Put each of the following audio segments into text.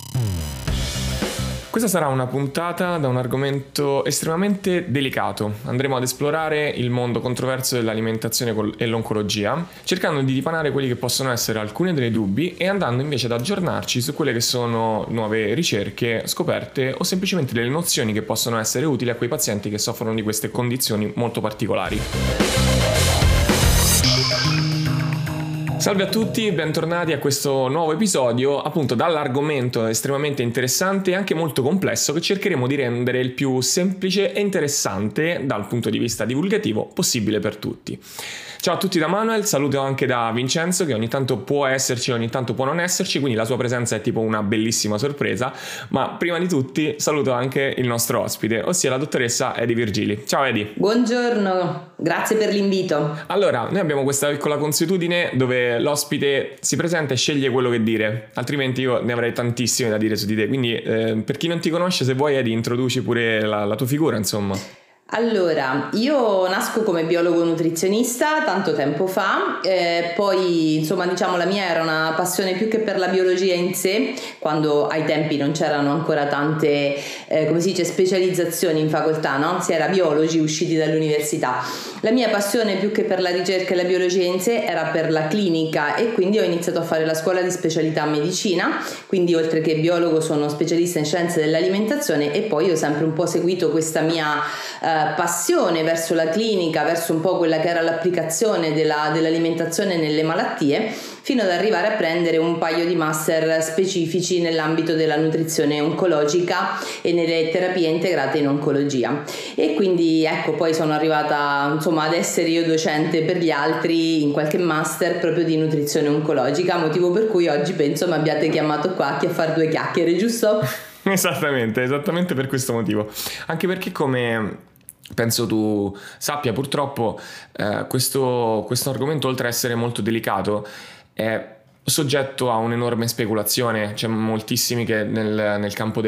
Questa sarà una puntata da un argomento estremamente delicato. Andremo ad esplorare il mondo controverso dell'alimentazione e l'oncologia, cercando di dipanare quelli che possono essere alcuni dei dubbi e andando invece ad aggiornarci su quelle che sono nuove ricerche, scoperte o semplicemente delle nozioni che possono essere utili a quei pazienti che soffrono di queste condizioni molto particolari. Salve a tutti, bentornati a questo nuovo episodio, appunto dall'argomento estremamente interessante e anche molto complesso che cercheremo di rendere il più semplice e interessante dal punto di vista divulgativo possibile per tutti. Ciao a tutti da Manuel, saluto anche da Vincenzo che ogni tanto può esserci, ogni tanto può non esserci, quindi la sua presenza è tipo una bellissima sorpresa, ma prima di tutti saluto anche il nostro ospite, ossia la dottoressa Edi Virgili. Ciao Edi. Buongiorno, grazie per l'invito. Allora, noi abbiamo questa piccola consuetudine dove l'ospite si presenta e sceglie quello che dire, altrimenti io ne avrei tantissime da dire su di te, quindi per chi non ti conosce, se vuoi Edi, introduci pure la tua figura, insomma. Allora, io nasco come biologo nutrizionista tanto tempo fa, poi insomma diciamo la mia era una passione più che per la biologia in sé, quando ai tempi non c'erano ancora tante, come si dice, specializzazioni in facoltà, no? Si era biologi usciti dall'università. La mia passione più che per la ricerca e la biologia in sé era per la clinica e quindi ho iniziato a fare la scuola di specialità medicina, quindi oltre che biologo sono specialista in scienze dell'alimentazione e poi ho sempre un po' seguito questa mia passione verso la clinica, verso un po' quella che era l'applicazione dell'alimentazione nelle malattie, fino ad arrivare a prendere un paio di master specifici nell'ambito della nutrizione oncologica e nelle terapie integrate in oncologia. E quindi ecco, poi sono arrivata insomma ad essere io docente per gli altri in qualche master proprio di nutrizione oncologica, motivo per cui oggi penso mi abbiate chiamato qua a fare due chiacchiere, giusto? Esattamente per questo motivo. Anche perché come penso tu sappia, purtroppo questo argomento, oltre a essere molto delicato, è soggetto a un'enorme speculazione. C'è moltissimi che nel campo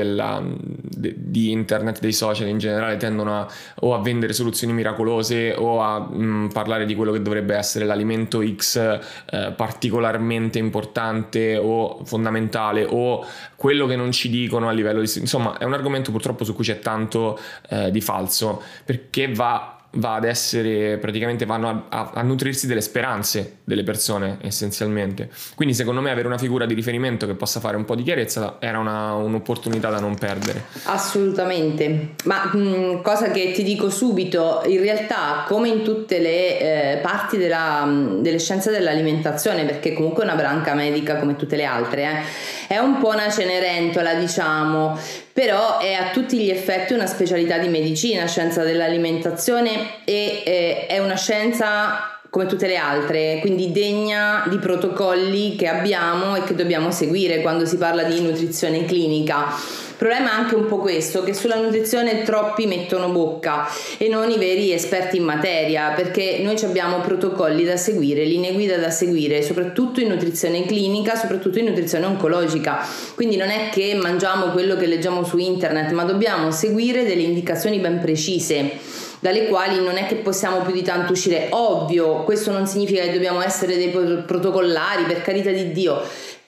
di internet, dei social in generale, tendono a vendere soluzioni miracolose o a parlare di quello che dovrebbe essere l'alimento X particolarmente importante o fondamentale, o quello che non ci dicono a livello di... Insomma, è un argomento purtroppo su cui c'è tanto di falso, perché va ad essere, praticamente vanno a nutrirsi delle speranze delle persone essenzialmente. Quindi secondo me avere una figura di riferimento che possa fare un po' di chiarezza era un'opportunità da non perdere. Assolutamente, ma cosa che ti dico subito, in realtà come in tutte le parti delle scienze dell'alimentazione, perché comunque è una branca medica come tutte le altre, è un po' una cenerentola, diciamo, però è a tutti gli effetti una specialità di medicina, scienza dell'alimentazione, e è una scienza come tutte le altre, quindi degna di protocolli che abbiamo e che dobbiamo seguire quando si parla di nutrizione clinica. Il problema è anche un po' questo, che sulla nutrizione troppi mettono bocca e non i veri esperti in materia, perché noi abbiamo protocolli da seguire, linee guida da seguire, soprattutto in nutrizione clinica, soprattutto in nutrizione oncologica. Quindi non è che mangiamo quello che leggiamo su internet, ma dobbiamo seguire delle indicazioni ben precise, dalle quali non è che possiamo più di tanto uscire. Ovvio, questo non significa che dobbiamo essere dei protocollari, per carità di Dio,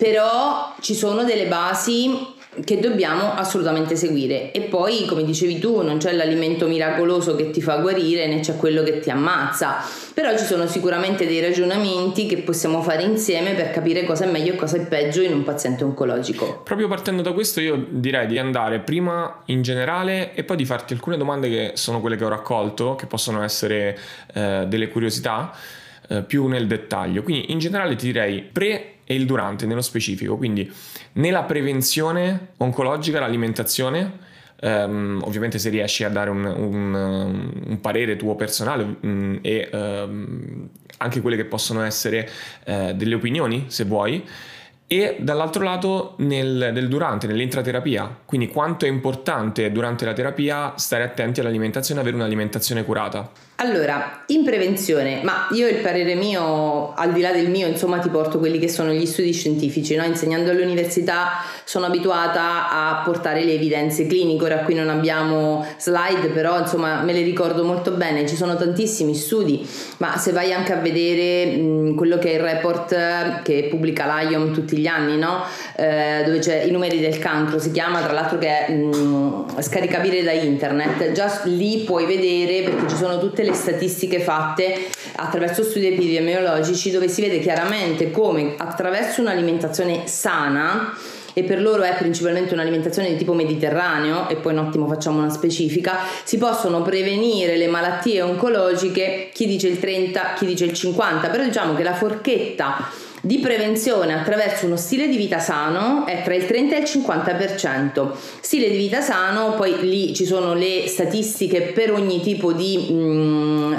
però ci sono delle basi che dobbiamo assolutamente seguire. E poi, come dicevi tu, non c'è l'alimento miracoloso che ti fa guarire, né c'è quello che ti ammazza, però ci sono sicuramente dei ragionamenti che possiamo fare insieme per capire cosa è meglio e cosa è peggio in un paziente oncologico. Proprio partendo da questo, io direi di andare prima in generale e poi di farti alcune domande che sono quelle che ho raccolto, che possono essere delle curiosità più nel dettaglio. Quindi in generale ti direi pre e il durante nello specifico, quindi nella prevenzione oncologica, l'alimentazione, ovviamente se riesci a dare un parere tuo personale e anche quelle che possono essere delle opinioni, se vuoi, e dall'altro lato nel durante, nell'intraterapia, quindi quanto è importante durante la terapia stare attenti all'alimentazione, avere un'alimentazione curata. Allora, in prevenzione, ma io il parere mio, al di là del mio, insomma ti porto quelli che sono gli studi scientifici, no? Insegnando all'università sono abituata a portare le evidenze cliniche. Ora qui non abbiamo slide, però insomma me le ricordo molto bene, ci sono tantissimi studi, ma se vai anche a vedere quello che è il report che pubblica l'IOM tutti tutti gli anni, no? Dove c'è i numeri del cancro, si chiama, tra l'altro, che è scaricabile da internet. Già lì puoi vedere, perché ci sono tutte le statistiche fatte attraverso studi epidemiologici, dove si vede chiaramente come attraverso un'alimentazione sana, e per loro è principalmente un'alimentazione di tipo mediterraneo, e poi un attimo facciamo una specifica, si possono prevenire le malattie oncologiche. Chi dice il 30, chi dice il 50, però diciamo che la forchetta di prevenzione attraverso uno stile di vita sano è tra il 30 e il 50%. Stile di vita sano, poi lì ci sono le statistiche per ogni tipo di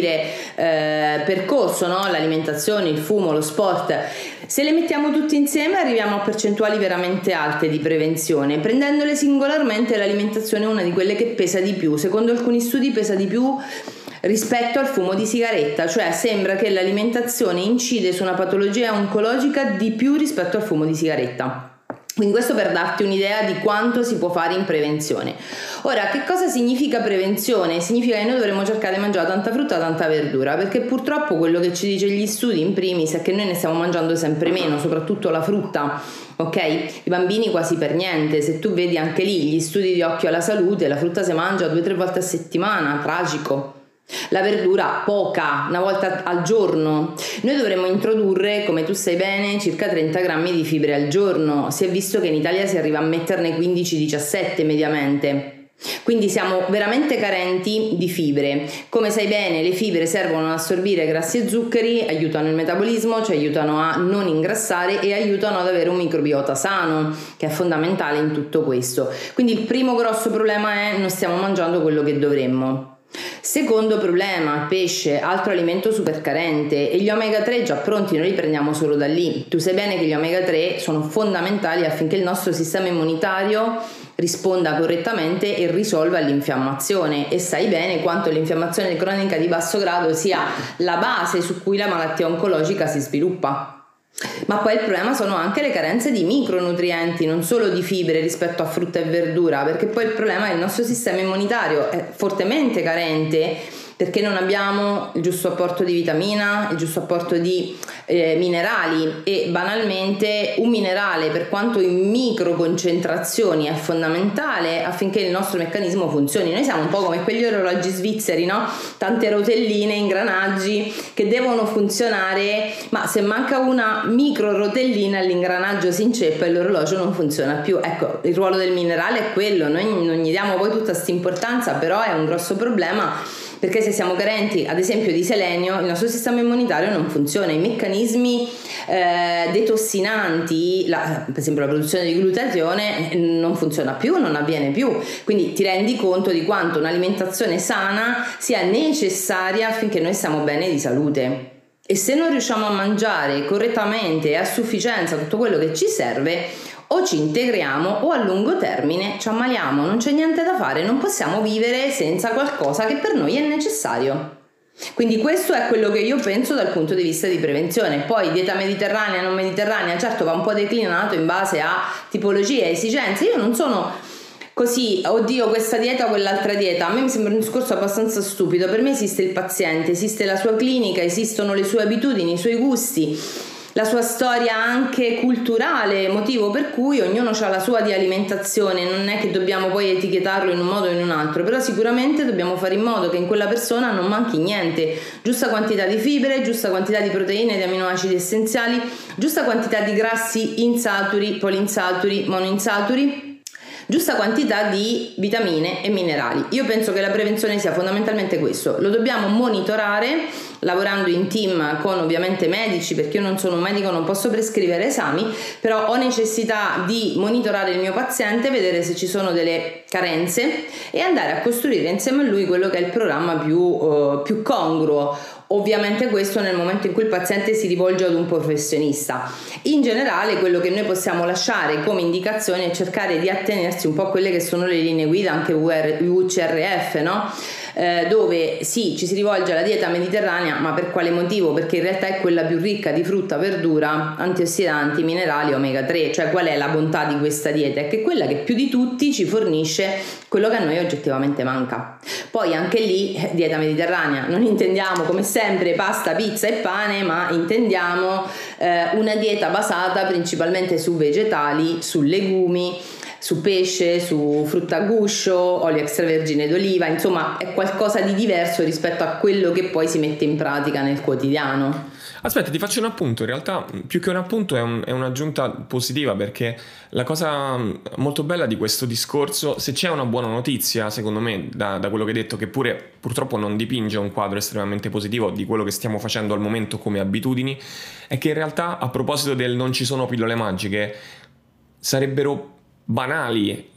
percorso, no? L'alimentazione, il fumo, lo sport. Se le mettiamo tutte insieme arriviamo a percentuali veramente alte di prevenzione. Prendendole singolarmente, l'alimentazione è una di quelle che pesa di più, secondo alcuni studi pesa di più rispetto al fumo di sigaretta, cioè sembra che l'alimentazione incide su una patologia oncologica di più rispetto al fumo di sigaretta. Quindi questo per darti un'idea di quanto si può fare in prevenzione. Ora, che cosa significa prevenzione? Significa che noi dovremmo cercare di mangiare tanta frutta, tanta verdura, perché purtroppo quello che ci dice gli studi in primis è che noi ne stiamo mangiando sempre meno, soprattutto la frutta. Ok? I bambini quasi per niente. Se tu vedi anche lì gli studi di Occhio alla Salute, la frutta si mangia 2 o 3 volte a settimana, tragico. La verdura poca, una volta al giorno. Noi dovremmo introdurre, come tu sai bene, circa 30 grammi di fibre al giorno. Si è visto che in Italia si arriva a metterne 15-17 mediamente. Quindi siamo veramente carenti di fibre. Come sai bene, le fibre servono ad assorbire grassi e zuccheri, aiutano il metabolismo, ci aiutano a non ingrassare e aiutano ad avere un microbiota sano, che è fondamentale in tutto questo. Quindi il primo grosso problema è: non stiamo mangiando quello che dovremmo. Secondo problema, pesce, altro alimento super carente, e gli omega 3 già pronti noi li prendiamo solo da lì. Tu sai bene che gli omega 3 sono fondamentali affinché il nostro sistema immunitario risponda correttamente e risolva l'infiammazione, e sai bene quanto l'infiammazione cronica di basso grado sia la base su cui la malattia oncologica si sviluppa. Ma poi il problema sono anche le carenze di micronutrienti, non solo di fibre rispetto a frutta e verdura, perché poi il problema è che il nostro sistema immunitario è fortemente carente, perché non abbiamo il giusto apporto di vitamina, il giusto apporto di minerali, e banalmente un minerale, per quanto in micro concentrazioni, è fondamentale affinché il nostro meccanismo funzioni. Noi siamo un po' come quegli orologi svizzeri, no? Tante rotelline, ingranaggi che devono funzionare, ma se manca una micro rotellina l'ingranaggio si inceppa e l'orologio non funziona più. Ecco, il ruolo del minerale è quello. Noi non gli diamo poi tutta questa importanza, però è un grosso problema, perché se siamo carenti ad esempio di selenio, il nostro sistema immunitario non funziona, i meccanismi detossinanti, per esempio la produzione di glutatione, non funziona più, non avviene più. Quindi ti rendi conto di quanto un'alimentazione sana sia necessaria affinché noi stiamo bene di salute. E se non riusciamo a mangiare correttamente e a sufficienza tutto quello che ci serve, o ci integriamo o a lungo termine ci ammaliamo. Non c'è niente da fare, non possiamo vivere senza qualcosa che per noi è necessario. Quindi questo è quello che io penso dal punto di vista di prevenzione. Poi dieta mediterranea, non mediterranea, certo va un po' declinato in base a tipologie e esigenze. Io non sono così, oddio, questa dieta o quell'altra dieta. A me mi sembra un discorso abbastanza stupido. Per me esiste il paziente, esiste la sua clinica, esistono le sue abitudini, i suoi gusti, la sua storia anche culturale, motivo per cui ognuno ha la sua di alimentazione. Non è che dobbiamo poi etichettarlo in un modo o in un altro, però sicuramente dobbiamo fare in modo che in quella persona non manchi niente: giusta quantità di fibre, giusta quantità di proteine, di aminoacidi essenziali, giusta quantità di grassi insaturi, poliinsaturi, monoinsaturi, giusta quantità di vitamine e minerali. Io penso che la prevenzione sia fondamentalmente questo. Lo dobbiamo monitorare lavorando in team con ovviamente medici, perché io non sono un medico, non posso prescrivere esami, però ho necessità di monitorare il mio paziente, vedere se ci sono delle carenze e andare a costruire insieme a lui quello che è il programma più congruo. Ovviamente questo nel momento in cui il paziente si rivolge ad un professionista. In generale quello che noi possiamo lasciare come indicazione è cercare di attenersi un po' a quelle che sono le linee guida, anche UCRF, no? dove sì, ci si rivolge alla dieta mediterranea, ma per quale motivo? Perché in realtà è quella più ricca di frutta, verdura, antiossidanti, minerali, omega 3. Cioè, qual è la bontà di questa dieta? È che è quella che più di tutti ci fornisce quello che a noi oggettivamente manca. Poi anche lì, dieta mediterranea, non intendiamo come sempre pasta, pizza e pane, ma intendiamo una dieta basata principalmente su vegetali, su legumi, su pesce, su frutta a guscio, olio extravergine d'oliva. Insomma, è qualcosa di diverso rispetto a quello che poi si mette in pratica nel quotidiano. Aspetta, ti faccio un appunto. In realtà, più che un appunto, è un'aggiunta positiva, perché la cosa molto bella di questo discorso, se c'è una buona notizia, secondo me, da quello che hai detto, che pure purtroppo non dipinge un quadro estremamente positivo di quello che stiamo facendo al momento come abitudini, è che in realtà, a proposito del non ci sono pillole magiche, sarebbero banali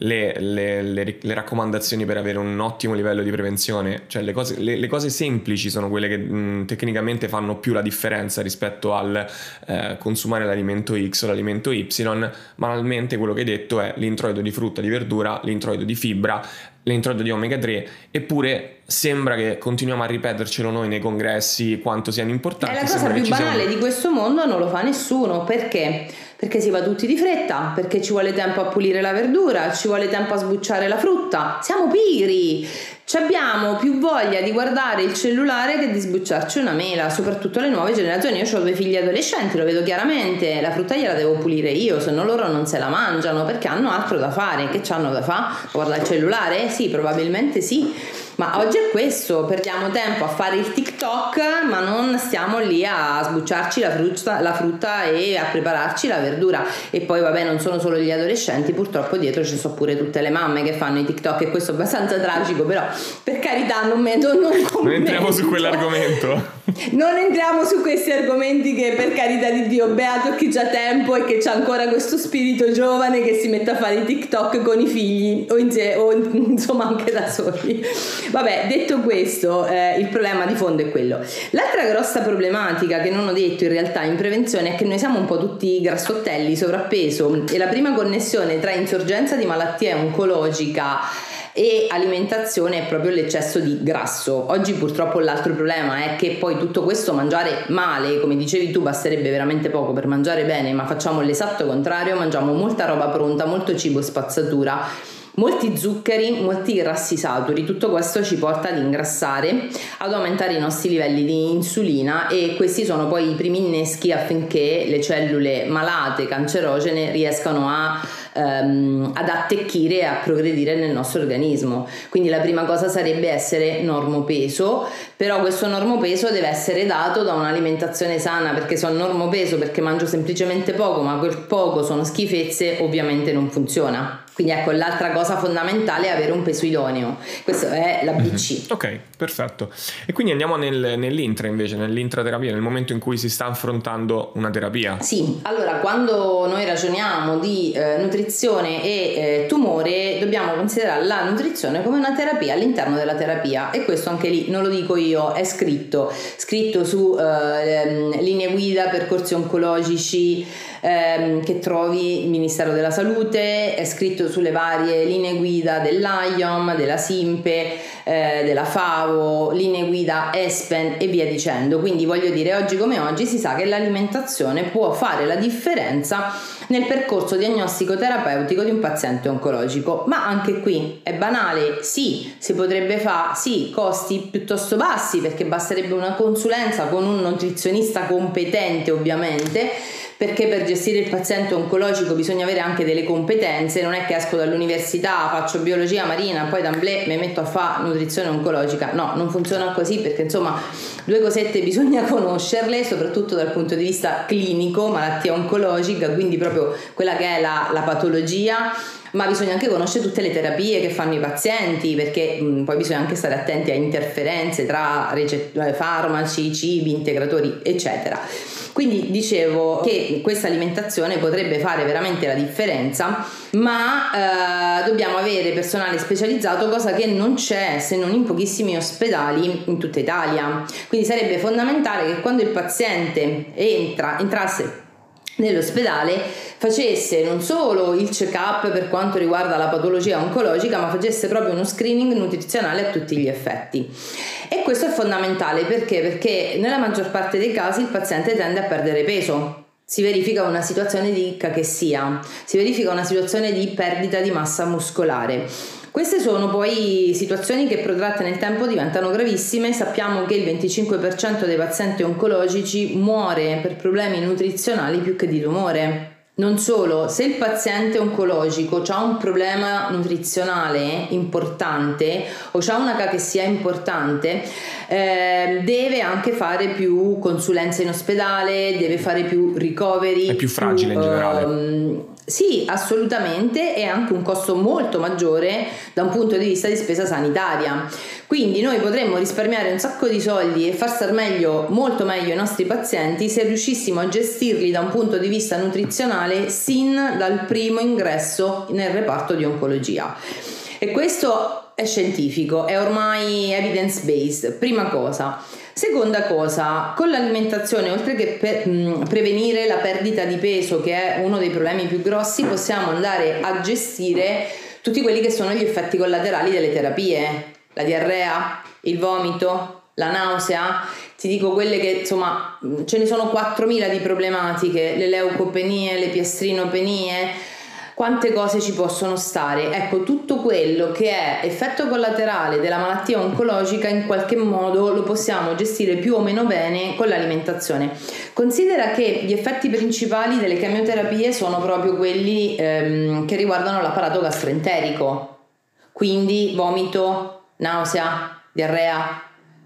le raccomandazioni per avere un ottimo livello di prevenzione. Cioè le cose semplici sono quelle che tecnicamente fanno più la differenza rispetto al consumare l'alimento X o l'alimento Y. Banalmente quello che hai detto è l'introito di frutta, di verdura, l'introito di fibra, l'introito di omega 3, eppure sembra che continuiamo a ripetercelo noi nei congressi quanto siano importanti. È la cosa più banale di questo mondo, non lo fa nessuno. Perché? Perché si va tutti di fretta, perché ci vuole tempo a pulire la verdura, ci vuole tempo a sbucciare la frutta. Siamo pigri, abbiamo più voglia di guardare il cellulare che di sbucciarci una mela, soprattutto le nuove generazioni. Io ho 2 figli adolescenti, lo vedo chiaramente, la frutta gliela devo pulire io, se no loro non se la mangiano perché hanno altro da fare. Che c'hanno da fare? Guardare il cellulare? Sì, probabilmente sì. Ma oggi è questo, perdiamo tempo a fare il TikTok, ma non stiamo lì a sbucciarci la frutta e a prepararci la verdura. E poi vabbè, non sono solo gli adolescenti, purtroppo dietro ci sono pure tutte le mamme che fanno i TikTok, e questo è abbastanza tragico, però per carità non entriamo su quell'argomento. Non entriamo su questi argomenti, che per carità di Dio, beato chi c'ha tempo e che c'ha ancora questo spirito giovane che si mette a fare i TikTok con i figli o insomma anche da soli. Vabbè, detto questo, il problema di fondo è quello. L'altra grossa problematica che non ho detto in realtà in prevenzione è che noi siamo un po' tutti grassottelli, sovrappeso, e la prima connessione tra insorgenza di malattia oncologica e alimentazione è proprio l'eccesso di grasso. Oggi purtroppo l'altro problema è che poi tutto questo, mangiare male, come dicevi tu, basterebbe veramente poco per mangiare bene, ma facciamo l'esatto contrario, mangiamo molta roba pronta, molto cibo spazzatura, molti zuccheri, molti grassi saturi. Tutto questo ci porta ad ingrassare, ad aumentare i nostri livelli di insulina, e questi sono poi i primi inneschi affinché le cellule malate, cancerogene, riescano ad attecchire e a progredire nel nostro organismo. Quindi la prima cosa sarebbe essere normopeso, però questo normopeso deve essere dato da un'alimentazione sana, perché se ho normopeso perché mangio semplicemente poco, ma quel poco sono schifezze, ovviamente non funziona. Quindi ecco, l'altra cosa fondamentale è avere un peso idoneo. Questo è l'ABC. Ok, perfetto. E quindi andiamo nell'intra invece, nell'intraterapia, nel momento in cui si sta affrontando una terapia. Sì, allora quando noi ragioniamo di nutrizione e tumore, dobbiamo considerare la nutrizione come una terapia all'interno della terapia, e questo anche lì non lo dico io, è scritto su linee guida, percorsi oncologici che trovi il Ministero della Salute, è scritto sulle varie linee guida dell'AIOM, della SINPE, della FAO, linee guida ESPEN e via dicendo. Quindi voglio dire, oggi come oggi si sa che l'alimentazione può fare la differenza nel percorso diagnostico terapeutico di un paziente oncologico. Ma anche qui è banale, sì, si potrebbe fare, sì, costi piuttosto bassi, perché basterebbe una consulenza con un nutrizionista competente, ovviamente, perché per gestire il paziente oncologico bisogna avere anche delle competenze. Non è che esco dall'università, faccio biologia marina, poi d'amblè mi metto a fare nutrizione oncologica. No, non funziona così, perché insomma 2 cosette bisogna conoscerle, soprattutto dal punto di vista clinico, malattia oncologica, quindi proprio quella che è la patologia, ma bisogna anche conoscere tutte le terapie che fanno i pazienti, perché poi bisogna anche stare attenti a interferenze tra farmaci, cibi, integratori, eccetera. Quindi dicevo che questa alimentazione potrebbe fare veramente la differenza, ma dobbiamo avere personale specializzato, cosa che non c'è se non in pochissimi ospedali in tutta Italia. Quindi sarebbe fondamentale che quando il paziente entrasse nell'ospedale facesse non solo il check-up per quanto riguarda la patologia oncologica, ma facesse proprio uno screening nutrizionale a tutti gli effetti. E questo è fondamentale perché nella maggior parte dei casi il paziente tende a perdere peso. Si verifica una situazione di cachessia, si verifica una situazione di perdita di massa muscolare. Queste sono poi situazioni che protratte nel tempo diventano gravissime. Sappiamo che il 25% dei pazienti oncologici muore per problemi nutrizionali più che di tumore. Non solo, se il paziente oncologico ha un problema nutrizionale importante o ha una cachessia importante, deve anche fare più consulenze in ospedale, deve fare più ricoveri. È più fragile in generale. Sì, assolutamente, è anche un costo molto maggiore da un punto di vista di spesa sanitaria. Quindi noi potremmo risparmiare un sacco di soldi e far star molto meglio i nostri pazienti se riuscissimo a gestirli da un punto di vista nutrizionale sin dal primo ingresso nel reparto di oncologia. E questo è scientifico, è ormai evidence based, prima cosa. Seconda cosa, con l'alimentazione, oltre che prevenire la perdita di peso, che è uno dei problemi più grossi, possiamo andare a gestire tutti quelli che sono gli effetti collaterali delle terapie, la diarrea, il vomito, la nausea. Ti dico quelle che insomma ce ne sono 4.000 di problematiche, le leucopenie, le piastrinopenie. Quante cose ci possono stare? Ecco, tutto quello che è effetto collaterale della malattia oncologica in qualche modo lo possiamo gestire più o meno bene con l'alimentazione. Considera che gli effetti principali delle chemioterapie sono proprio quelli che riguardano l'apparato gastroenterico, quindi vomito, nausea, diarrea,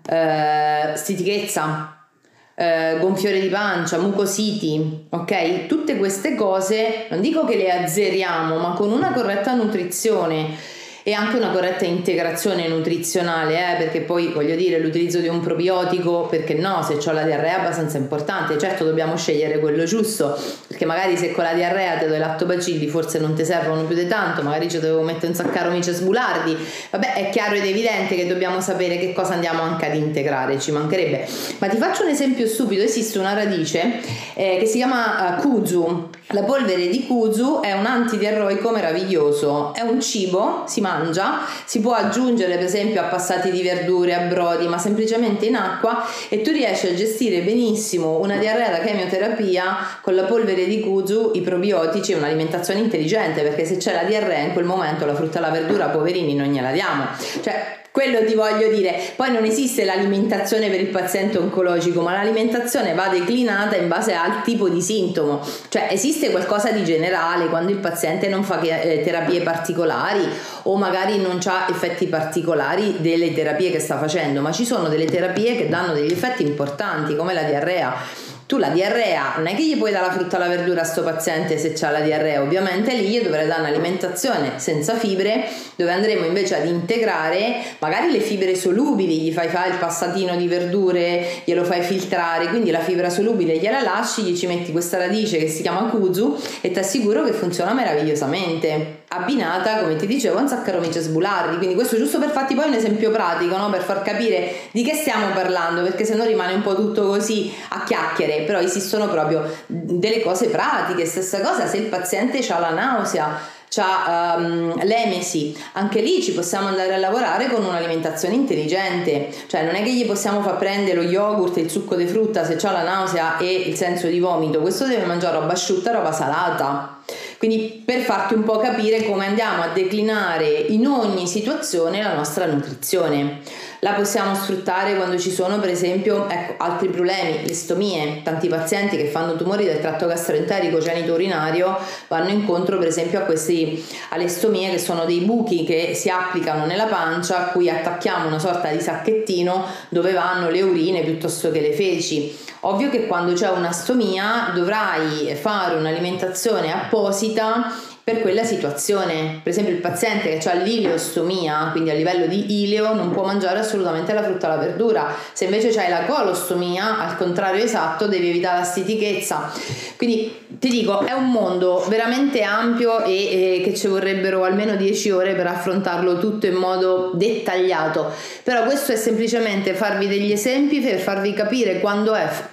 stitichezza, gonfiore di pancia, mucositi, ok? Tutte queste cose non dico che le azzeriamo, ma con una corretta nutrizione e anche una corretta integrazione nutrizionale, perché poi voglio dire, l'utilizzo di un probiotico, perché no, se ho la diarrea è abbastanza importante. Certo dobbiamo scegliere quello giusto, perché magari se con la diarrea te do i lattobacilli forse non ti servono più di tanto, magari ci devo mettere un Saccharomyces boulardii. Vabbè, è chiaro ed evidente che dobbiamo sapere che cosa andiamo anche ad integrare, ci mancherebbe. Ma ti faccio un esempio stupido: esiste una radice che si chiama kuzu. La polvere di kuzu è un antidiarroico meraviglioso, è un cibo, si mangia, si può aggiungere per esempio a passati di verdure, a brodi, ma semplicemente in acqua, e tu riesci a gestire benissimo una diarrea da chemioterapia con la polvere di kuzu, i probiotici e un'alimentazione intelligente, perché se c'è la diarrea in quel momento la frutta e la verdura, poverini, non gliela diamo. Cioè, quello ti voglio dire. Poi non esiste l'alimentazione per il paziente oncologico, ma l'alimentazione va declinata in base al tipo di sintomo. Cioè esiste qualcosa di generale quando il paziente non fa terapie particolari o magari non ha effetti particolari delle terapie che sta facendo, ma ci sono delle terapie che danno degli effetti importanti come la diarrea. Tu la diarrea non è che gli puoi dare la frutta e la verdura a sto paziente se c'ha la diarrea, ovviamente lì gli dovrai dare un'alimentazione senza fibre, dove andremo invece ad integrare magari le fibre solubili, gli fai fare il passatino di verdure, glielo fai filtrare, quindi la fibra solubile gliela lasci, gli ci metti questa radice che si chiama kuzu e ti assicuro che funziona meravigliosamente, abbinata, come ti dicevo, a un Saccharomyces boulardii. Quindi questo giusto per farti poi un esempio pratico, no? Per far capire di che stiamo parlando, perché se no rimane un po' tutto così a chiacchiere. Però esistono proprio delle cose pratiche. Stessa cosa se il paziente ha la nausea, c'ha l'emesi, anche lì ci possiamo andare a lavorare con un'alimentazione intelligente. Cioè non è che gli possiamo far prendere lo yogurt e il succo di frutta se c'ha la nausea e il senso di vomito. Questo deve mangiare roba asciutta, roba salata. Quindi per farti un po' capire come andiamo a declinare in ogni situazione la nostra nutrizione. La possiamo sfruttare quando ci sono per esempio altri problemi, le stomie. Tanti pazienti che fanno tumori del tratto gastroenterico genitourinario vanno incontro per esempio alle stomie, che sono dei buchi che si applicano nella pancia a cui attacchiamo una sorta di sacchettino dove vanno le urine piuttosto che le feci. Ovvio che quando c'è una stomia dovrai fare un'alimentazione apposita per quella situazione. Per esempio il paziente che ha l'ileostomia, quindi a livello di ileo, non può mangiare assolutamente la frutta e la verdura. Se invece c'hai la colostomia, al contrario esatto, devi evitare la stitichezza. Quindi ti dico, è un mondo veramente ampio e che ci vorrebbero almeno 10 ore per affrontarlo tutto in modo dettagliato. Però questo è semplicemente farvi degli esempi per farvi capire quando è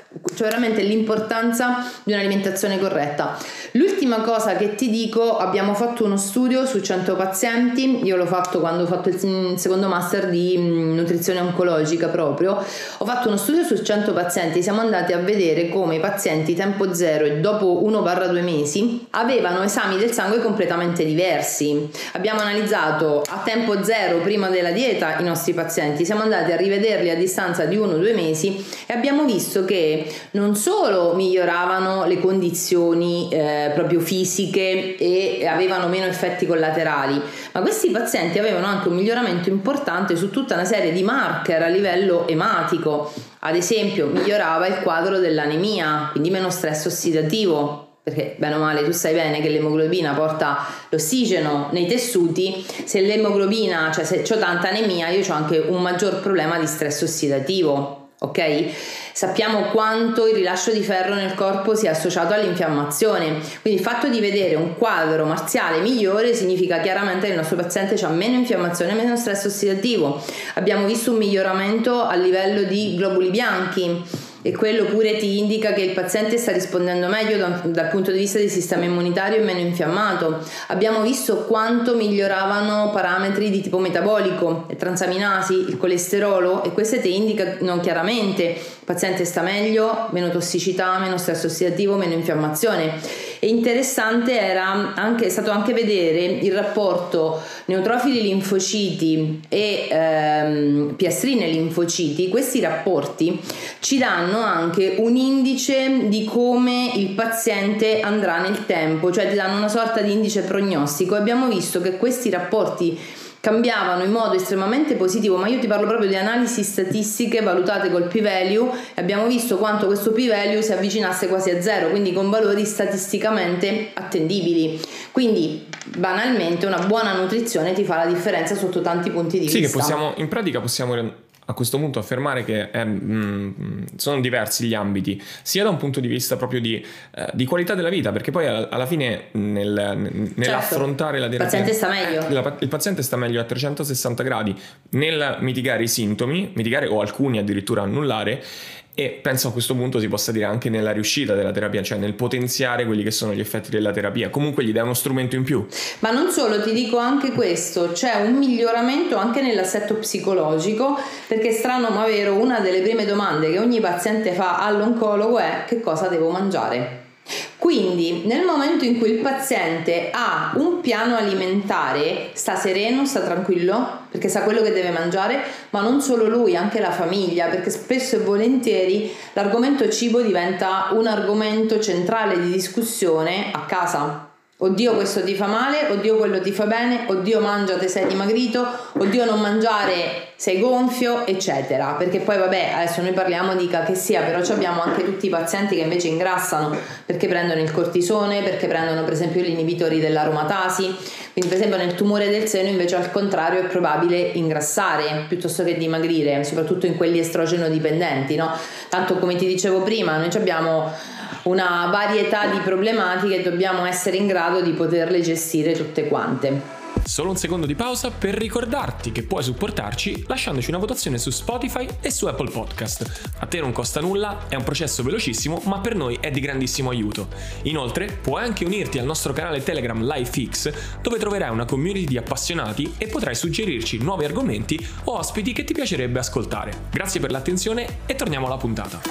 cioè veramente l'importanza di un'alimentazione corretta. L'ultima cosa che ti dico, abbiamo fatto uno studio su 100 pazienti, io l'ho fatto quando ho fatto il secondo master di nutrizione oncologica proprio, ho fatto uno studio su 100 pazienti, siamo andati a vedere come i pazienti tempo zero e dopo 1-2 mesi avevano esami del sangue completamente diversi. Abbiamo analizzato a tempo zero prima della dieta i nostri pazienti, siamo andati a rivederli a distanza di 1-2 mesi e abbiamo visto che non solo miglioravano le condizioni proprio fisiche e avevano meno effetti collaterali, ma questi pazienti avevano anche un miglioramento importante su tutta una serie di marker a livello ematico. Ad esempio migliorava il quadro dell'anemia, quindi meno stress ossidativo, perché bene o male tu sai bene che l'emoglobina porta l'ossigeno nei tessuti. Se l'emoglobina, cioè se ho tanta anemia, io ho anche un maggior problema di stress ossidativo, ok? Sappiamo quanto il rilascio di ferro nel corpo sia associato all'infiammazione, quindi il fatto di vedere un quadro marziale migliore significa chiaramente che il nostro paziente ha meno infiammazione, meno stress ossidativo. Abbiamo visto un miglioramento a livello di globuli bianchi e quello pure ti indica che il paziente sta rispondendo meglio dal punto di vista del sistema immunitario e meno infiammato. Abbiamo visto quanto miglioravano parametri di tipo metabolico, le transaminasi, il colesterolo, e queste ti indicano chiaramente il paziente sta meglio, meno tossicità, meno stress ossidativo, meno infiammazione. E interessante è stato anche vedere il rapporto neutrofili linfociti e piastrine linfociti. Questi rapporti ci danno anche un indice di come il paziente andrà nel tempo, cioè ti danno una sorta di indice prognostico. Abbiamo visto che questi rapporti cambiavano in modo estremamente positivo, ma io ti parlo proprio di analisi statistiche valutate col p-value, e abbiamo visto quanto questo p-value si avvicinasse quasi a zero, quindi con valori statisticamente attendibili. Quindi banalmente una buona nutrizione ti fa la differenza sotto tanti punti di vista. Sì, che in pratica possiamo a questo punto affermare che sono diversi gli ambiti, sia da un punto di vista proprio di qualità della vita, perché poi alla fine nell'affrontare la terapia il paziente sta meglio. Il paziente sta meglio a 360 gradi nel mitigare i sintomi, o alcuni addirittura annullare, e penso a questo punto si possa dire anche nella riuscita della terapia, cioè nel potenziare quelli che sono gli effetti della terapia. Comunque gli dai uno strumento in più. Ma non solo, ti dico anche questo, c'è un miglioramento anche nell'assetto psicologico, perché è strano ma vero, una delle prime domande che ogni paziente fa all'oncologo è: che cosa devo mangiare? Quindi nel momento in cui il paziente ha un piano alimentare, sta sereno, sta tranquillo, perché sa quello che deve mangiare, ma non solo lui, anche la famiglia, perché spesso e volentieri l'argomento cibo diventa un argomento centrale di discussione a casa. Oddio, questo ti fa male, oddio quello ti fa bene, oddio mangiate sei dimagrito, oddio non mangiare sei gonfio, eccetera. Perché poi vabbè, adesso noi parliamo di che sia, però abbiamo anche tutti i pazienti che invece ingrassano perché prendono il cortisone, perché prendono per esempio gli inibitori dell'aromatasi. Quindi per esempio nel tumore del seno invece al contrario è probabile ingrassare piuttosto che dimagrire, soprattutto in quelli estrogeno dipendenti, no? Tanto come ti dicevo prima, noi abbiamo una varietà di problematiche e dobbiamo essere in grado di poterle gestire tutte quante. Solo un secondo di pausa per ricordarti che puoi supportarci lasciandoci una votazione su Spotify e su Apple Podcast. A te non costa nulla, è un processo velocissimo, ma per noi è di grandissimo aiuto. Inoltre, puoi anche unirti al nostro canale Telegram LifeX, dove troverai una community di appassionati e potrai suggerirci nuovi argomenti o ospiti che ti piacerebbe ascoltare. Grazie per l'attenzione e torniamo alla puntata.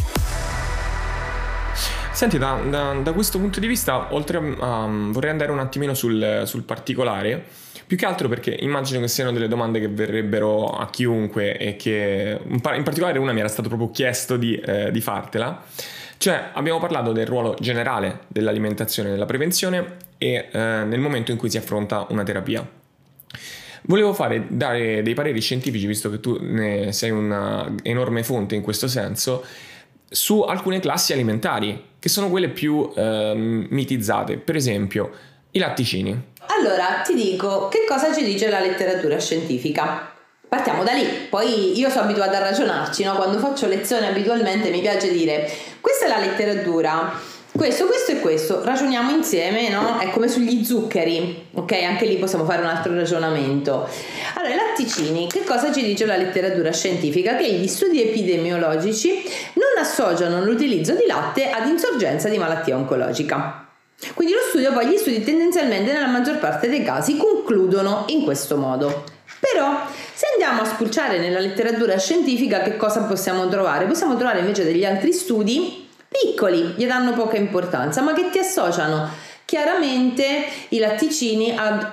Senti, da questo punto di vista, vorrei andare un attimino sul particolare, più che altro perché immagino che siano delle domande che verrebbero a chiunque e che in particolare una mi era stato proprio chiesto di fartela. Cioè, abbiamo parlato del ruolo generale dell'alimentazione nella prevenzione e nel momento in cui si affronta una terapia. Volevo dare dei pareri scientifici, visto che tu ne sei una enorme fonte in questo senso, su alcune classi alimentari che sono quelle più mitizzate, per esempio i latticini. Allora ti dico che cosa ci dice la letteratura scientifica. Partiamo da lì, poi io sono abituata a ragionarci, no? Quando faccio lezione abitualmente mi piace dire: questa è la letteratura, questo e questo, ragioniamo insieme, no? È come sugli zuccheri, ok? Anche lì possiamo fare un altro ragionamento. Allora, i latticini, che cosa ci dice la letteratura scientifica? Che gli studi epidemiologici non associano l'utilizzo di latte ad insorgenza di malattia oncologica. Quindi gli studi tendenzialmente nella maggior parte dei casi concludono in questo modo. Però se andiamo a spulciare nella letteratura scientifica, che cosa possiamo trovare? Possiamo trovare invece degli altri studi piccoli, gli danno poca importanza, ma che ti associano chiaramente i latticini a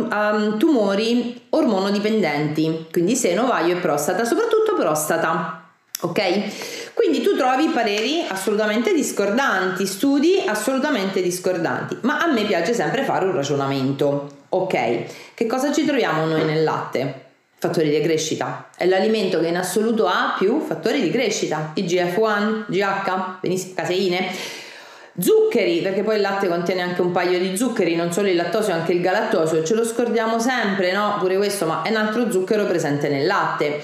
tumori ormonodipendenti, quindi seno, ovaio e prostata, soprattutto prostata, ok? Quindi tu trovi pareri assolutamente discordanti, studi assolutamente discordanti, ma a me piace sempre fare un ragionamento, ok? Che cosa ci troviamo noi nel latte? Fattori di crescita. È l'alimento che in assoluto ha più fattori di crescita, IGF-1, GH, caseine, zuccheri, perché poi il latte contiene anche un paio di zuccheri, non solo il lattosio, anche il galattosio, ce lo scordiamo sempre, no? Pure questo, ma è un altro zucchero presente nel latte.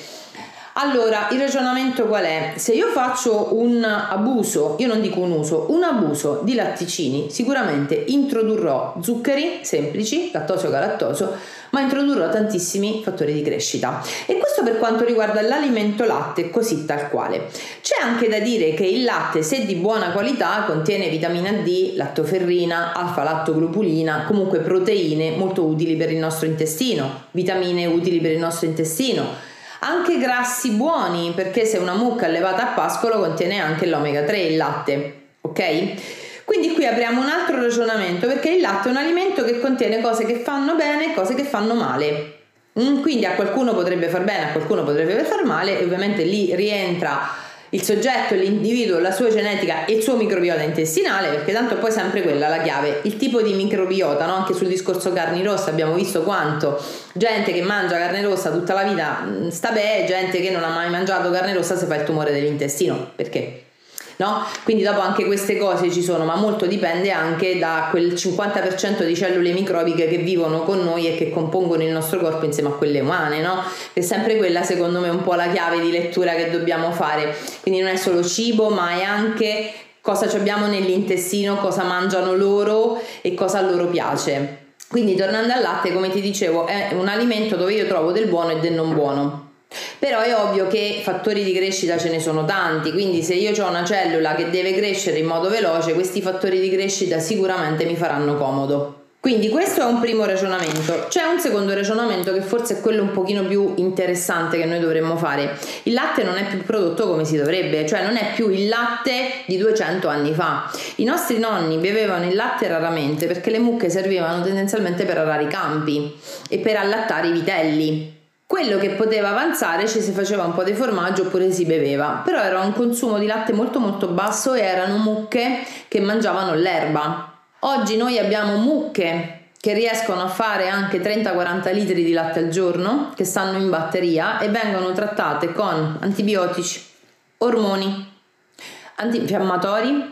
Allora, il ragionamento qual è? Se io faccio un abuso, io non dico un uso, un abuso di latticini, sicuramente introdurrò zuccheri semplici, lattosio, galattosio, ma introdurrò tantissimi fattori di crescita. E questo per quanto riguarda l'alimento latte così tal quale. C'è anche da dire che il latte, se di buona qualità, contiene vitamina D, lattoferrina, alfa-lattoglobulina, comunque proteine molto utili per il nostro intestino, vitamine utili per il nostro intestino, anche grassi buoni, perché se una mucca allevata a pascolo contiene anche l'omega 3, il latte, ok? Quindi qui apriamo un altro ragionamento, perché il latte è un alimento che contiene cose che fanno bene e cose che fanno male. Quindi a qualcuno potrebbe far bene, a qualcuno potrebbe far male, e ovviamente lì rientra il soggetto, l'individuo, la sua genetica e il suo microbiota intestinale, perché tanto poi è sempre quella la chiave, il tipo di microbiota, no? Anche sul discorso carni rosse abbiamo visto quanto gente che mangia carne rossa tutta la vita sta bene, gente che non ha mai mangiato carne rossa si fa il tumore dell'intestino, perché? No? Quindi dopo anche queste cose ci sono, ma molto dipende anche da quel 50% di cellule microbiche che vivono con noi e che compongono il nostro corpo insieme a quelle umane, no? È sempre quella, secondo me, un po' la chiave di lettura che dobbiamo fare. Quindi non è solo cibo, ma è anche cosa abbiamo nell'intestino, cosa mangiano loro e cosa a loro piace. Quindi tornando al latte, come ti dicevo, è un alimento dove io trovo del buono e del non buono. Però è ovvio che fattori di crescita ce ne sono tanti, quindi se io ho una cellula che deve crescere in modo veloce, questi fattori di crescita sicuramente mi faranno comodo. Quindi questo è un primo ragionamento. C'è un secondo ragionamento che forse è quello un pochino più interessante che noi dovremmo fare. Il latte non è più prodotto come si dovrebbe, cioè non è più il latte di 200 anni fa. I nostri nonni bevevano il latte raramente perché le mucche servivano tendenzialmente per arare i campi e per allattare i vitelli. Quello che poteva avanzare ci si faceva un po' di formaggio oppure si beveva, però era un consumo di latte molto molto basso e erano mucche che mangiavano l'erba. Oggi noi abbiamo mucche che riescono a fare anche 30-40 litri di latte al giorno, che stanno in batteria e vengono trattate con antibiotici, ormoni, antinfiammatori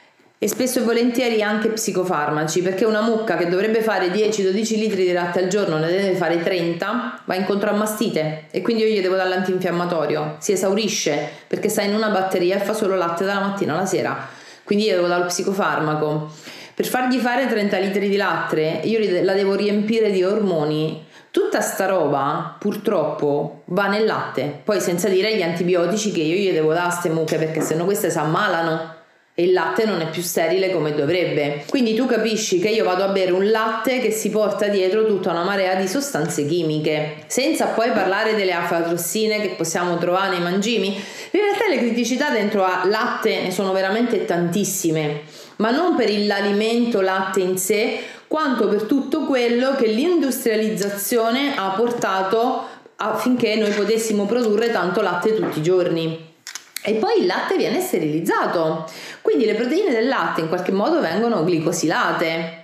e spesso e volentieri anche psicofarmaci, perché una mucca che dovrebbe fare 10-12 litri di latte al giorno ne deve fare 30, va incontro a mastite e quindi io gli devo dare l'antinfiammatorio, si esaurisce perché sta in una batteria e fa solo latte dalla mattina alla sera, quindi io devo dare lo psicofarmaco. Per fargli fare 30 litri di latte io la devo riempire di ormoni. Tutta sta roba purtroppo va nel latte, poi senza dire gli antibiotici che io gli devo dare a ste mucche, perché sennò queste si ammalano e il latte non è più sterile come dovrebbe. Quindi tu capisci che io vado a bere un latte che si porta dietro tutta una marea di sostanze chimiche, senza poi parlare delle aflatossine che possiamo trovare nei mangimi. In realtà le criticità dentro a latte ne sono veramente tantissime, ma non per l'alimento latte in sé, quanto per tutto quello che l'industrializzazione ha portato affinché noi potessimo produrre tanto latte tutti i giorni. E poi il latte viene sterilizzato, quindi le proteine del latte in qualche modo vengono glicosilate,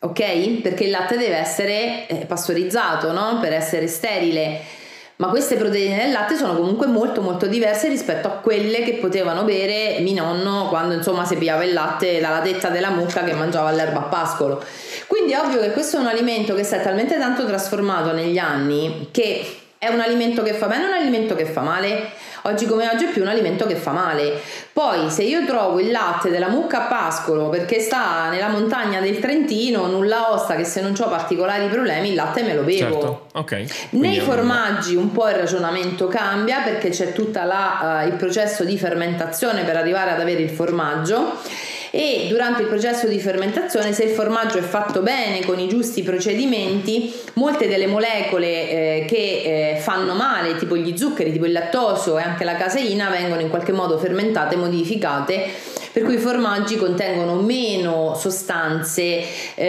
ok? Perché il latte deve essere pastorizzato, no? Per essere sterile, ma queste proteine del latte sono comunque molto molto diverse rispetto a quelle che potevano bere mio nonno quando insomma si pigliava il latte dalla tetta della mucca che mangiava l'erba a pascolo. Quindi è ovvio che questo è un alimento che si è talmente tanto trasformato negli anni che è un alimento che fa bene o un alimento che fa male? Oggi come oggi è più un alimento che fa male. Poi se io trovo il latte della mucca a pascolo perché sta nella montagna del Trentino, nulla osta che se non ho particolari problemi il latte me lo bevo. Certo, ok. Nei formaggi un po' il ragionamento cambia perché c'è tutto il processo di fermentazione per arrivare ad avere il formaggio, e durante il processo di fermentazione, se il formaggio è fatto bene con i giusti procedimenti, molte delle molecole che fanno male, tipo gli zuccheri, tipo il lattosio e anche la caseina, vengono in qualche modo fermentate, modificate, per cui i formaggi contengono meno sostanze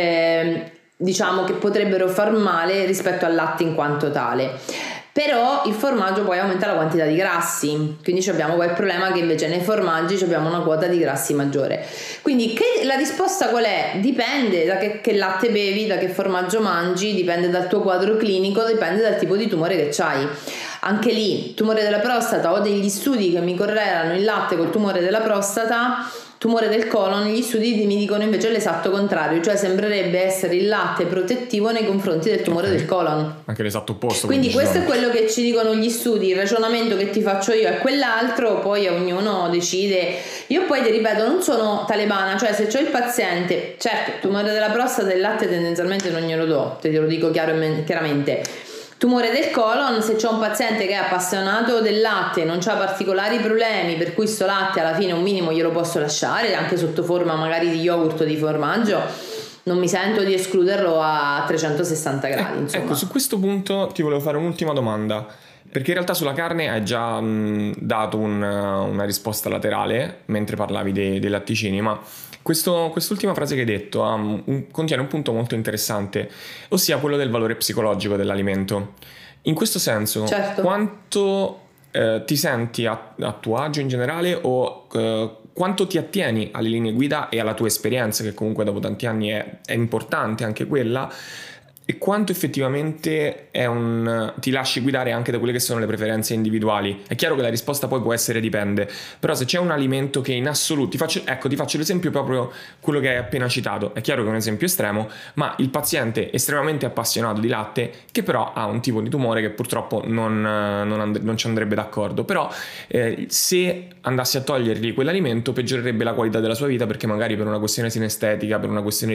diciamo che potrebbero far male rispetto al latte in quanto tale. Però il formaggio poi aumenta la quantità di grassi, quindi abbiamo poi il problema che invece nei formaggi abbiamo una quota di grassi maggiore. Quindi la risposta qual è? Dipende da che latte bevi, da che formaggio mangi, dipende dal tuo quadro clinico, dipende dal tipo di tumore che c'hai. Anche lì, tumore della prostata, ho degli studi che mi correlano il latte col tumore della prostata. Tumore del colon, gli studi mi dicono invece l'esatto contrario, cioè sembrerebbe essere il latte protettivo nei confronti del tumore del colon. Anche l'esatto opposto. Quindi questo è quello che ci dicono gli studi, il ragionamento che ti faccio io è quell'altro, poi ognuno decide. Io poi ti ripeto, non sono talebana, cioè se c'ho il paziente, certo, tumore della prostata il latte tendenzialmente non glielo do, te lo dico chiaramente. Tumore del colon, se c'è un paziente che è appassionato del latte, non c'ha particolari problemi, per cui sto latte alla fine un minimo glielo posso lasciare, anche sotto forma magari di yogurt o di formaggio, non mi sento di escluderlo a 360 gradi. Insomma. Ecco, su questo punto ti volevo fare un'ultima domanda, perché in realtà sulla carne hai già dato una risposta laterale mentre parlavi dei latticini, ma quest'ultima frase che hai detto contiene un punto molto interessante, ossia quello del valore psicologico dell'alimento. In questo senso, certo. Quanto ti senti a tuo agio in generale o quanto ti attieni alle linee guida e alla tua esperienza, che comunque dopo tanti anni è importante anche quella, e quanto effettivamente ti lasci guidare anche da quelle che sono le preferenze individuali. È chiaro che la risposta poi può essere dipende, però se c'è un alimento che in assoluto ti faccio l'esempio proprio quello che hai appena citato, è chiaro che è un esempio estremo, ma il paziente estremamente appassionato di latte che però ha un tipo di tumore che purtroppo non ci andrebbe d'accordo, però se andassi a togliergli quell'alimento peggiorerebbe la qualità della sua vita, perché magari per una questione sinestetica, per una questione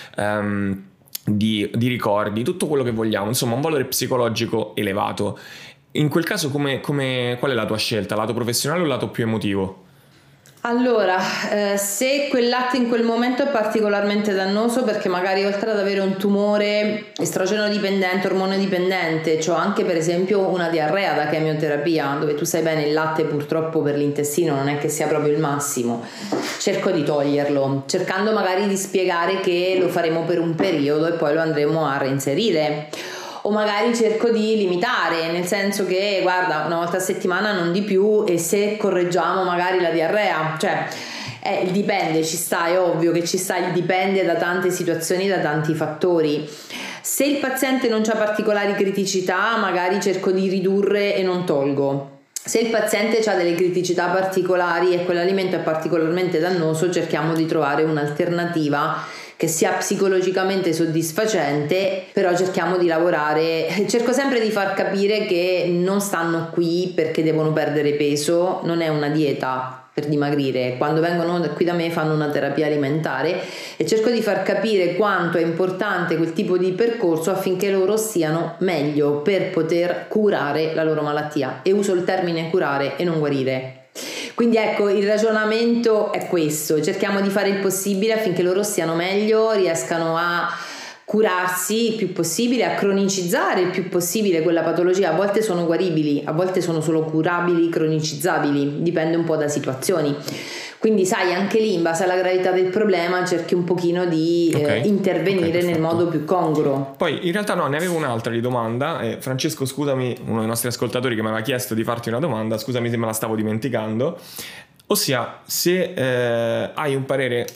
di ricordi, tutto quello che vogliamo, insomma un valore psicologico elevato. In quel caso qual è la tua scelta? Lato professionale o lato più emotivo? Allora, se quel latte in quel momento è particolarmente dannoso perché magari oltre ad avere un tumore estrogeno dipendente, ormone dipendente, c'ho anche per esempio una diarrea da chemioterapia, dove tu sai bene il latte purtroppo per l'intestino non è che sia proprio il massimo, cerco di toglierlo, cercando magari di spiegare che lo faremo per un periodo e poi lo andremo a reinserire. O magari cerco di limitare, nel senso che guarda, una volta a settimana non di più, e se correggiamo magari la diarrea, cioè il dipende, ci sta, è ovvio che ci sta, il dipende da tante situazioni, da tanti fattori. Se il paziente non ha particolari criticità, magari cerco di ridurre e non tolgo. Se il paziente ha delle criticità particolari e quell'alimento è particolarmente dannoso, cerchiamo di trovare un'alternativa che sia psicologicamente soddisfacente, però cerchiamo di lavorare, cerco sempre di far capire che non stanno qui perché devono perdere peso, non è una dieta per dimagrire, quando vengono qui da me fanno una terapia alimentare e cerco di far capire quanto è importante quel tipo di percorso affinché loro stiano meglio per poter curare la loro malattia, e uso il termine curare e non guarire. Quindi ecco, il ragionamento è questo, cerchiamo di fare il possibile affinché loro stiano meglio, riescano a curarsi il più possibile, a cronicizzare il più possibile quella patologia. A volte sono guaribili, a volte sono solo curabili, cronicizzabili, dipende un po' da situazioni. Quindi sai, anche lì in base alla gravità del problema cerchi un pochino di intervenire nel modo più congruo. Poi in realtà no, ne avevo un'altra di domanda, Francesco, scusami, uno dei nostri ascoltatori che mi aveva chiesto di farti una domanda, scusami se me la stavo dimenticando, ossia se hai un parere,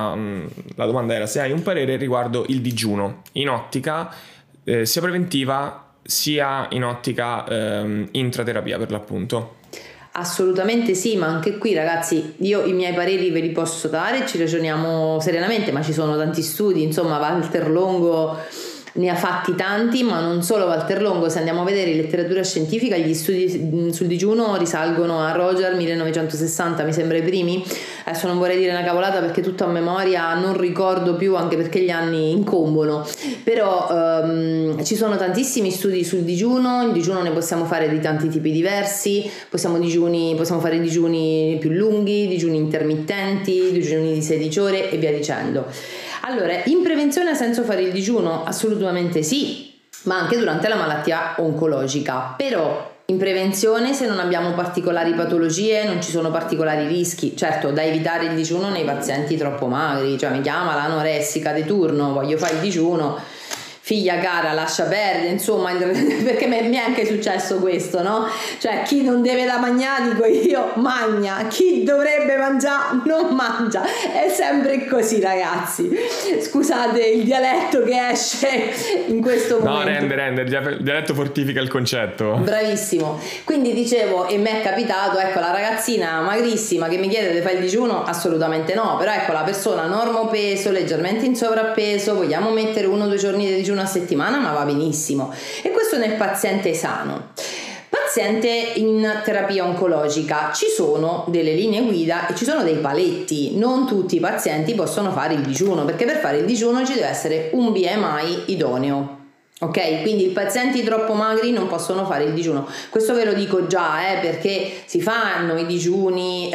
la domanda era se hai un parere riguardo il digiuno in ottica sia preventiva sia in ottica intraterapia per l'appunto. Assolutamente sì, ma anche qui ragazzi io i miei pareri ve li posso dare, ci ragioniamo serenamente, ma ci sono tanti studi, insomma Walter Longo ne ha fatti tanti, ma non solo Walter Longo. Se andiamo a vedere in letteratura scientifica, gli studi sul digiuno risalgono a Roger 1960, mi sembra, i primi. Adesso non vorrei dire una cavolata perché tutto a memoria non ricordo più, anche perché gli anni incombono, però ci sono tantissimi studi sul digiuno. Il digiuno ne possiamo fare di tanti tipi diversi, possiamo fare digiuni più lunghi, digiuni intermittenti, digiuni di 16 ore e via dicendo. Allora, in prevenzione ha senso fare il digiuno? Assolutamente sì, ma anche durante la malattia oncologica. Però in prevenzione, se non abbiamo particolari patologie, non ci sono particolari rischi. Certo, da evitare il digiuno nei pazienti troppo magri, cioè mi chiama l'anoressica di turno, voglio fare il digiuno, figlia cara, lascia perdere, insomma, perché mi è anche successo questo, no? Cioè, chi non deve da mangiare, dico io, magna, chi dovrebbe mangiare non mangia, è sempre così, ragazzi. Scusate il dialetto che esce in questo momento. No, rende, il dialetto fortifica il concetto. Bravissimo. Quindi dicevo, e mi è capitato, ecco, la ragazzina magrissima che mi chiede di fare il digiuno, assolutamente no, però ecco, la persona normopeso, leggermente in sovrappeso, vogliamo mettere 1 o 2 giorni di digiuno a settimana, ma va benissimo. E questo nel paziente sano. Paziente in terapia oncologica, ci sono delle linee guida e ci sono dei paletti. Non tutti i pazienti possono fare il digiuno, perché per fare il digiuno ci deve essere un BMI idoneo. Ok, quindi i pazienti troppo magri non possono fare il digiuno. Questo ve lo dico già, perché si fanno i digiuni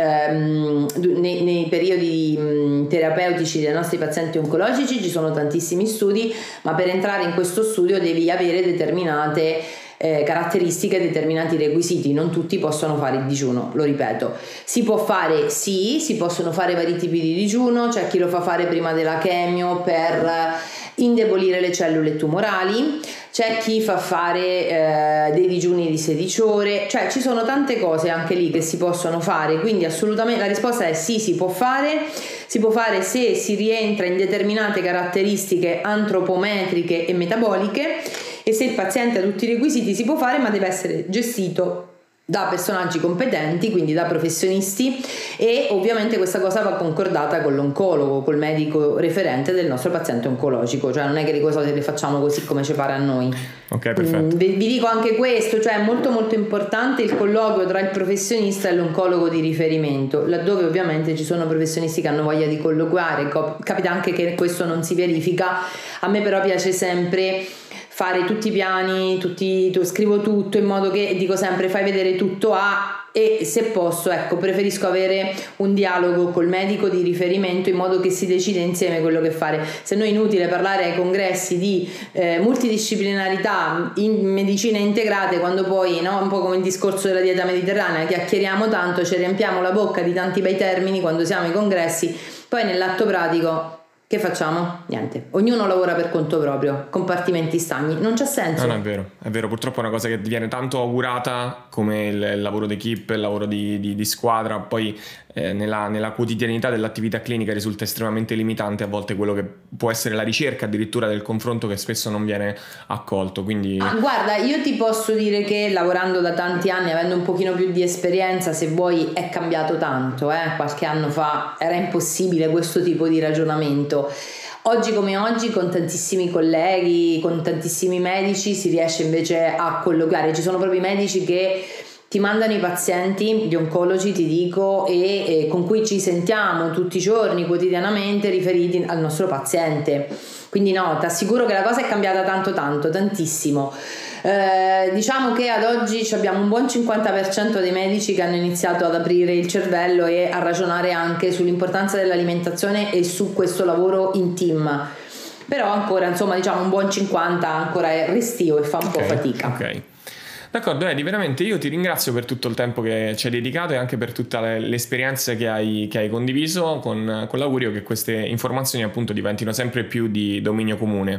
nei periodi terapeutici dei nostri pazienti oncologici, ci sono tantissimi studi, ma per entrare in questo studio devi avere determinate caratteristiche, determinati requisiti. Non tutti possono fare il digiuno, lo ripeto. Si può fare, sì, si possono fare vari tipi di digiuno. C'è chi lo fa fare prima della chemio per indebolire le cellule tumorali, c'è chi fa fare dei digiuni di 16 ore, cioè ci sono tante cose anche lì che si possono fare. Quindi assolutamente la risposta è sì, si può fare se si rientra in determinate caratteristiche antropometriche e metaboliche, e se il paziente ha tutti i requisiti si può fare, ma deve essere gestito da personaggi competenti, quindi da professionisti, e ovviamente questa cosa va concordata con l'oncologo, col medico referente del nostro paziente oncologico, cioè non è che le cose le facciamo così come ci pare a noi. Ok, perfetto. Vi dico anche questo, cioè è molto molto importante il colloquio tra il professionista e l'oncologo di riferimento, laddove ovviamente ci sono professionisti che hanno voglia di colloquiare, capita anche che questo non si verifica. A me però piace sempre fare tutti i piani, scrivo tutto in modo che, dico sempre, fai vedere tutto e se posso, ecco, preferisco avere un dialogo col medico di riferimento in modo che si decide insieme quello che fare. Se no è inutile parlare ai congressi di multidisciplinarità in medicine integrate, quando poi, no, un po' come il discorso della dieta mediterranea, chiacchieriamo tanto, ci riempiamo la bocca di tanti bei termini quando siamo ai congressi, poi nell'atto pratico che facciamo? Niente. Ognuno lavora per conto proprio, compartimenti stagni, non c'ha senso. No, è vero, purtroppo è una cosa che viene tanto augurata come il lavoro d'equipe, il lavoro di squadra, poi nella quotidianità dell'attività clinica risulta estremamente limitante a volte quello che può essere la ricerca addirittura del confronto, che spesso non viene accolto. Quindi guarda, io ti posso dire che lavorando da tanti anni, avendo un pochino più di esperienza, se vuoi, è cambiato tanto. Qualche anno fa era impossibile questo tipo di ragionamento. Oggi come oggi, con tantissimi colleghi, con tantissimi medici, si riesce invece a colloquiare. Ci sono proprio i medici che ti mandano i pazienti, gli oncologi, ti dico, e con cui ci sentiamo tutti i giorni, quotidianamente, riferiti al nostro paziente. Quindi no, ti assicuro che la cosa è cambiata tantissimo. Diciamo che ad oggi abbiamo un buon 50% dei medici che hanno iniziato ad aprire il cervello e a ragionare anche sull'importanza dell'alimentazione e su questo lavoro in team. Però ancora, insomma, diciamo un buon 50% ancora è restio e fa un po' fatica. Ok. D'accordo, Edi, veramente io ti ringrazio per tutto il tempo che ci hai dedicato e anche per tutte le esperienze che hai condiviso, con l'augurio che queste informazioni appunto diventino sempre più di dominio comune.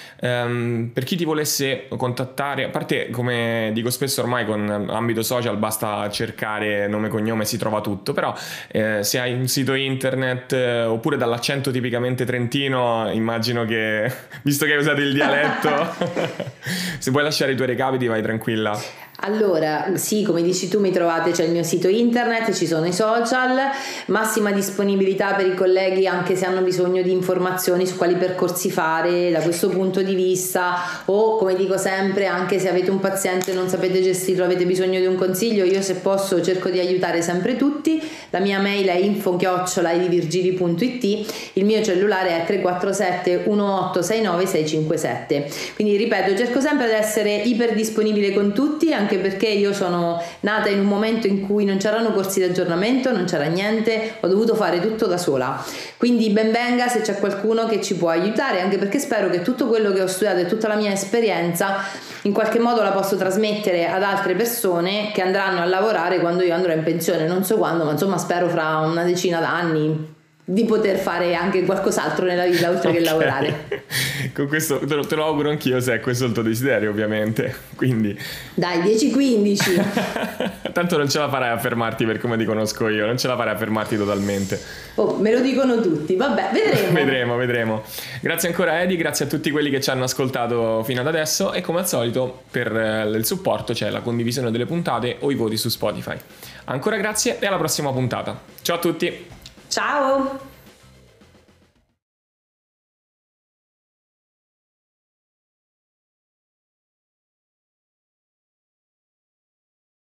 Per chi ti volesse contattare, a parte, come dico spesso, ormai con ambito social basta cercare nome e cognome, si trova tutto, però se hai un sito internet oppure dall'accento tipicamente trentino, immagino che, visto che hai usato il dialetto, se vuoi lasciare i tuoi recapiti vai tranquilla. Allora, sì, come dici tu, mi trovate, c'è il mio sito internet, ci sono i social, massima disponibilità per i colleghi anche se hanno bisogno di informazioni su quali percorsi fare da questo punto di vista, o come dico sempre, anche se avete un paziente e non sapete gestirlo, avete bisogno di un consiglio, io se posso cerco di aiutare sempre tutti. La mia mail è info@edivirgili.it, il mio cellulare è 347 1869 657. Quindi ripeto, cerco sempre di essere iper disponibile con tutti, anche perché io sono nata in un momento in cui non c'erano corsi di aggiornamento, non c'era niente, ho dovuto fare tutto da sola, quindi ben venga se c'è qualcuno che ci può aiutare, anche perché spero che tutto quello che ho studiato e tutta la mia esperienza in qualche modo la posso trasmettere ad altre persone che andranno a lavorare quando io andrò in pensione, non so quando, ma insomma spero fra una decina d'anni di poter fare anche qualcos'altro nella vita oltre che lavorare. Con questo te lo auguro anch'io, se è questo il tuo desiderio, ovviamente. Quindi dai, 10-15. tanto non ce la farai a fermarti, per come ti conosco io, non ce la farai a fermarti totalmente. Oh, me lo dicono tutti, vabbè, vedremo. Grazie ancora Edi, grazie a tutti quelli che ci hanno ascoltato fino ad adesso, e come al solito per il supporto c'è la condivisione delle puntate o i voti su Spotify. Ancora grazie e alla prossima puntata. Ciao a tutti. Ciao!